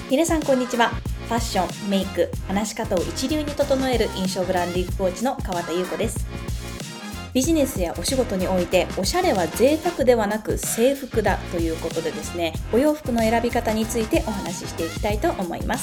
皆さんこんにちは。ファッション、メイク、話し方を一流に整える印象ブランディングコーチの川田優子です。ビジネスやお仕事においておしゃれは贅沢ではなく制服だということでですね、お洋服の選び方についてお話ししていきたいと思います。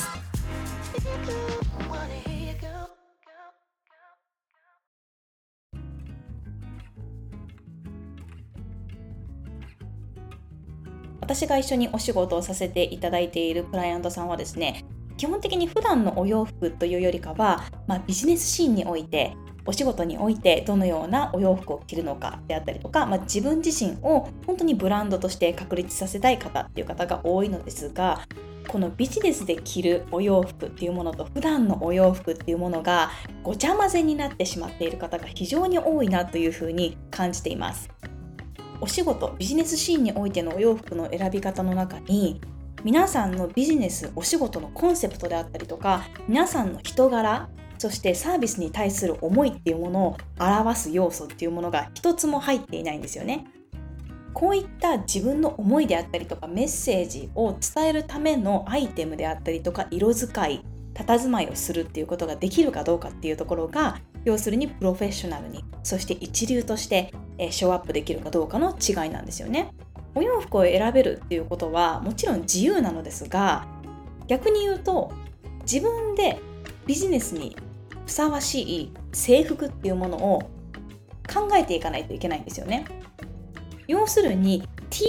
私が一緒にお仕事をさせていただいているクライアントさんはですね、基本的に普段のお洋服というよりかは、ビジネスシーンにおいてお仕事においてどのようなお洋服を着るのかであったりとか、自分自身を本当にブランドとして確立させたい方っていう方が多いのですが、このビジネスで着るお洋服っていうものと普段のお洋服っていうものがごちゃ混ぜになってしまっている方が非常に多いなというふうに感じています。お仕事、ビジネスシーンにおいてのお洋服の選び方の中に、皆さんのビジネス、お仕事のコンセプトであったりとか、皆さんの人柄、そしてサービスに対する思いっていうものを表す要素っていうものが一つも入っていないんですよね。こういった自分の思いであったりとかメッセージを伝えるためのアイテムであったりとか色使い、佇まいをするっていうことができるかどうかっていうところが、要するにプロフェッショナルに、そして一流としてショーアップできるかどうかの違いなんですよね。お洋服を選べるっていうことはもちろん自由なのですが、逆に言うと自分でビジネスにふさわしい制服っていうものを考えていかないといけないんですよね。要するに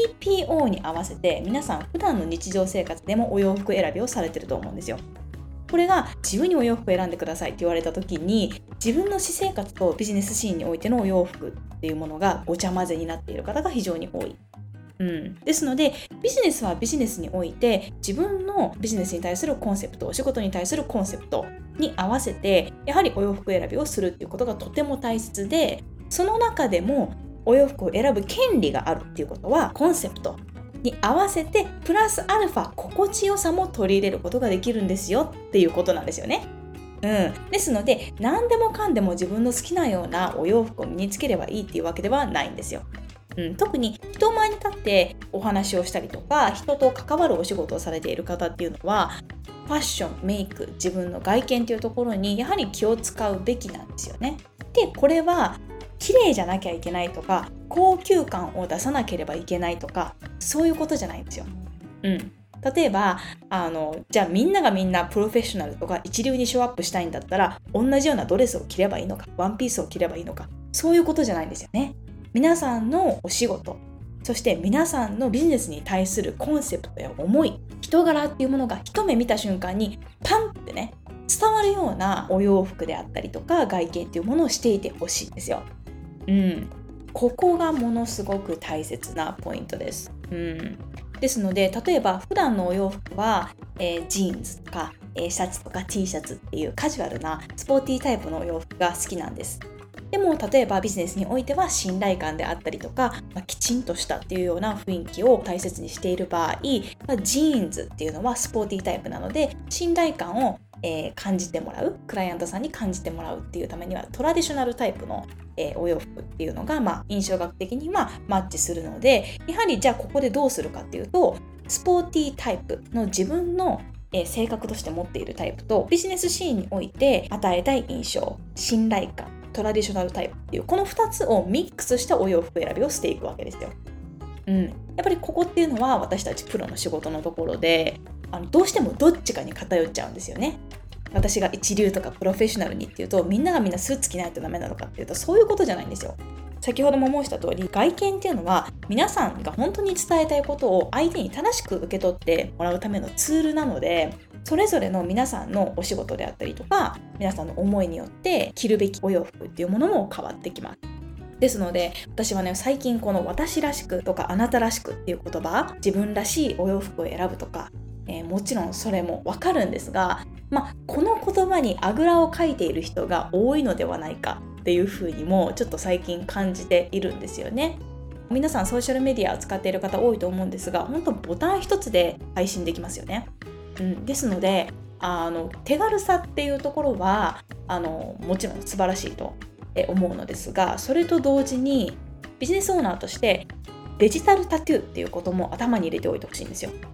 TPO に合わせて皆さん普段の日常生活でもお洋服選びをされてると思うんですよ。これが自由にお洋服を選んでくださいって言われた時に、自分の私生活とビジネスシーンにおいてのお洋服っていうものがごちゃ混ぜになっている方が非常に多い。ですので、ビジネスはビジネスにおいて自分のビジネスに対するコンセプト、お仕事に対するコンセプトに合わせてやはりお洋服選びをするっていうことがとても大切で、その中でもお洋服を選ぶ権利があるっていうことは、コンセプトに合わせてプラスアルファ心地よさも取り入れることができるんですよっていうことなんですよね。ですので、何でもかんでも自分の好きなようなお洋服を身につければいいっていうわけではないんですよ。特に人前に立ってお話をしたりとか、人と関わるお仕事をされている方っていうのは、ファッション、メイク、自分の外見というところにやはり気を使うべきなんですよね。で、これは綺麗じゃなきゃいけないとか、高級感を出さなければいけないとか、そういうことじゃないんですよ。例えばじゃあみんながみんなプロフェッショナルとか一流にショーアップしたいんだったら、同じようなドレスを着ればいいのか、ワンピースを着ればいいのか、そういうことじゃないんですよね。皆さんのお仕事、そして皆さんのビジネスに対するコンセプトや思い、人柄っていうものが一目見た瞬間にパンってね、伝わるようなお洋服であったりとか外見っていうものをしていてほしいんですよ。ここがものすごく大切なポイントです。ですので、例えば普段のお洋服は、ジーンズとか、シャツとか T シャツっていうカジュアルなスポーティータイプのお洋服が好きなんです。でも例えばビジネスにおいては信頼感であったりとか、きちんとしたっていうような雰囲気を大切にしている場合、ジーンズっていうのはスポーティータイプなので、信頼感を感じてもらう、クライアントさんに感じてもらうっていうためにはトラディショナルタイプのお洋服っていうのが印象学的にマッチするので、やはりじゃあここでどうするかっていうと、スポーティータイプの自分の性格として持っているタイプと、ビジネスシーンにおいて与えたい印象、信頼感、トラディショナルタイプっていうこの2つをミックスしたお洋服選びをしていくわけですよ。やっぱりここっていうのは私たちプロの仕事のところで、どうしてもどっちかに偏っちゃうんですよね。私が一流とかプロフェッショナルにっていうと、みんながみんなスーツ着ないとダメなのかっていうと、そういうことじゃないんですよ。先ほども申した通り、外見っていうのは皆さんが本当に伝えたいことを相手に正しく受け取ってもらうためのツールなので、それぞれの皆さんのお仕事であったりとか、皆さんの思いによって着るべきお洋服っていうものも変わってきます。ですので、私はね、最近この私らしくとかあなたらしくっていう言葉、自分らしいお洋服を選ぶとか、もちろんそれもわかるんですが、この言葉にあぐらをかいている人が多いのではないかっていうふうにもちょっと最近感じているんですよね。皆さんソーシャルメディアを使っている方多いと思うんですが、本当ボタン一つで配信できますよね。ですので手軽さっていうところはもちろん素晴らしいと思うのですが、それと同時にビジネスオーナーとしてデジタルタトゥーっていうことも頭に入れておいてほしいんですよ。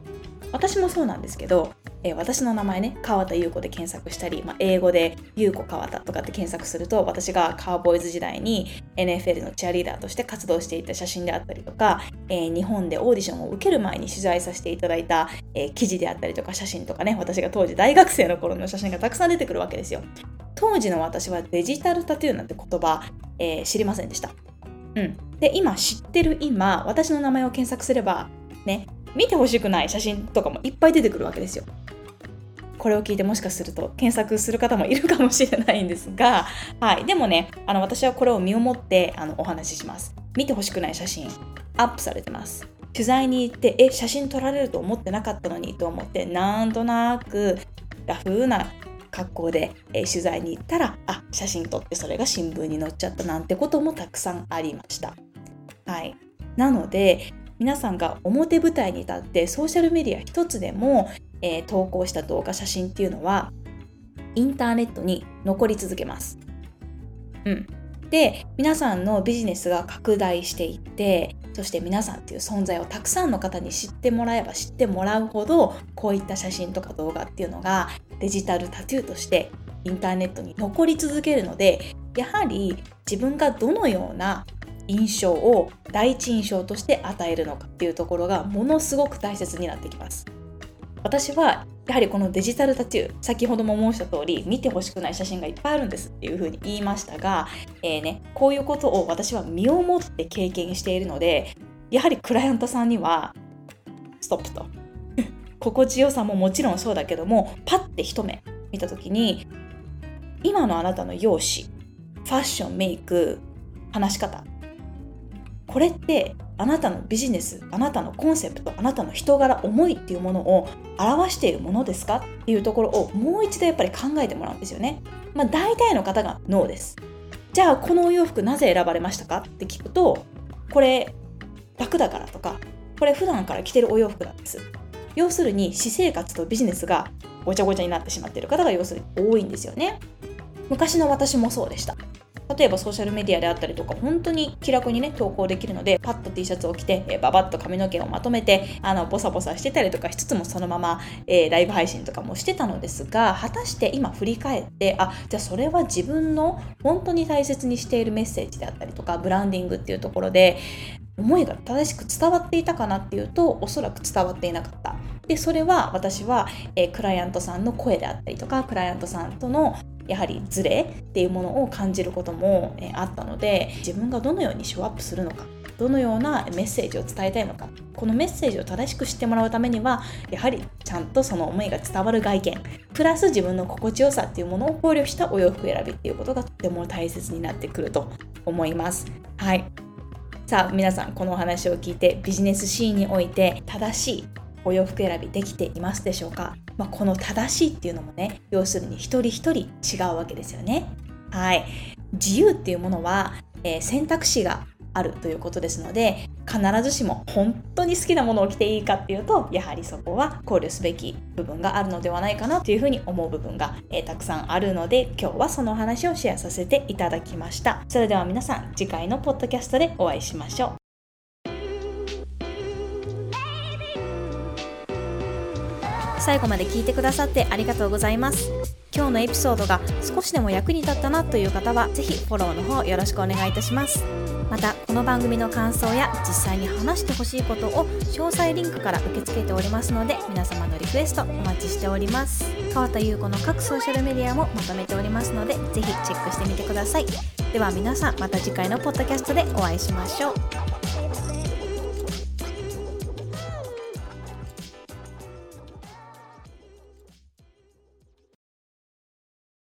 私もそうなんですけど、私の名前ね、川田優子で検索したり、英語で優子川田とかって検索すると、私がカーボーイズ時代に NFL のチアリーダーとして活動していた写真であったりとか、日本でオーディションを受ける前に取材させていただいた、記事であったりとか写真とかね、私が当時大学生の頃の写真がたくさん出てくるわけですよ。当時の私はデジタルタトゥーなんて言葉、知りませんでした。で、今知ってる今、私の名前を検索すればね、見てほしくない写真とかもいっぱい出てくるわけですよ。これを聞いてもしかすると検索する方もいるかもしれないんですが、でもね、私はこれを身をもってお話しします。見てほしくない写真アップされてます。取材に行って写真撮られると思ってなかったのにと思って、なんとなくラフな格好で、取材に行ったら写真撮ってそれが新聞に載っちゃったなんてこともたくさんありました。なので皆さんが表舞台に立ってソーシャルメディア一つでも、投稿した動画写真っていうのはインターネットに残り続けます。で、皆さんのビジネスが拡大していって、そして皆さんっていう存在をたくさんの方に知ってもらえば知ってもらうほど、こういった写真とか動画っていうのがデジタルタトゥーとしてインターネットに残り続けるので、やはり自分がどのような印象を第一印象として与えるのかっていうところがものすごく大切になってきます。私はやはりこのデジタルタトゥー、先ほども申した通り見てほしくない写真がいっぱいあるんですっていうふうに言いましたが、こういうことを私は身をもって経験しているので、やはりクライアントさんにはストップと心地よさももちろんそうだけども、パッて一目見た時に今のあなたの容姿、ファッション、メイク、話し方、これってあなたのビジネス、あなたのコンセプト、あなたの人柄、思いっていうものを表しているものですかっていうところをもう一度やっぱり考えてもらうんですよね。大体の方がノーです。じゃあこのお洋服なぜ選ばれましたかって聞くと、これ楽だからとか、これ普段から着てるお洋服なんです。要するに私生活とビジネスがごちゃごちゃになってしまっている方が要するに多いんですよね。昔の私もそうでした。例えばソーシャルメディアであったりとか、本当に気楽にね投稿できるので、パッと T シャツを着て、ババッと髪の毛をまとめてボサボサしてたりとかしつつも、そのまま、ライブ配信とかもしてたのですが、果たして今振り返って、じゃあそれは自分の本当に大切にしているメッセージであったりとか、ブランディングっていうところで思いが正しく伝わっていたかなっていうと、おそらく伝わっていなかった。で、それは私は、クライアントさんの声であったりとか、クライアントさんとのやはりズレっていうものを感じることも、あったので、自分がどのようにショーアップするのか、どのようなメッセージを伝えたいのか、このメッセージを正しく知ってもらうためには、やはりちゃんとその思いが伝わる外見プラス自分の心地よさっていうものを考慮したお洋服選びっていうことがとても大切になってくると思います。さあ皆さん、このお話を聞いてビジネスシーンにおいて正しいお洋服選びできていますでしょうか。この正しいっていうのもね、要するに一人一人違うわけですよね。自由っていうものは、選択肢があるということですので、必ずしも本当に好きなものを着ていいかっていうと、やはりそこは考慮すべき部分があるのではないかなというふうに思う部分が、たくさんあるので、今日はその話をシェアさせていただきました。それでは皆さん、次回のポッドキャストでお会いしましょう。最後まで聞いてくださってありがとうございます。今日のエピソードが少しでも役に立ったなという方は、ぜひフォローの方よろしくお願いいたします。また、この番組の感想や実際に話してほしいことを詳細リンクから受け付けておりますので、皆様のリクエストお待ちしております。川田優子の各ソーシャルメディアもまとめておりますので、ぜひチェックしてみてください。では皆さん、また次回のポッドキャストでお会いしましょう。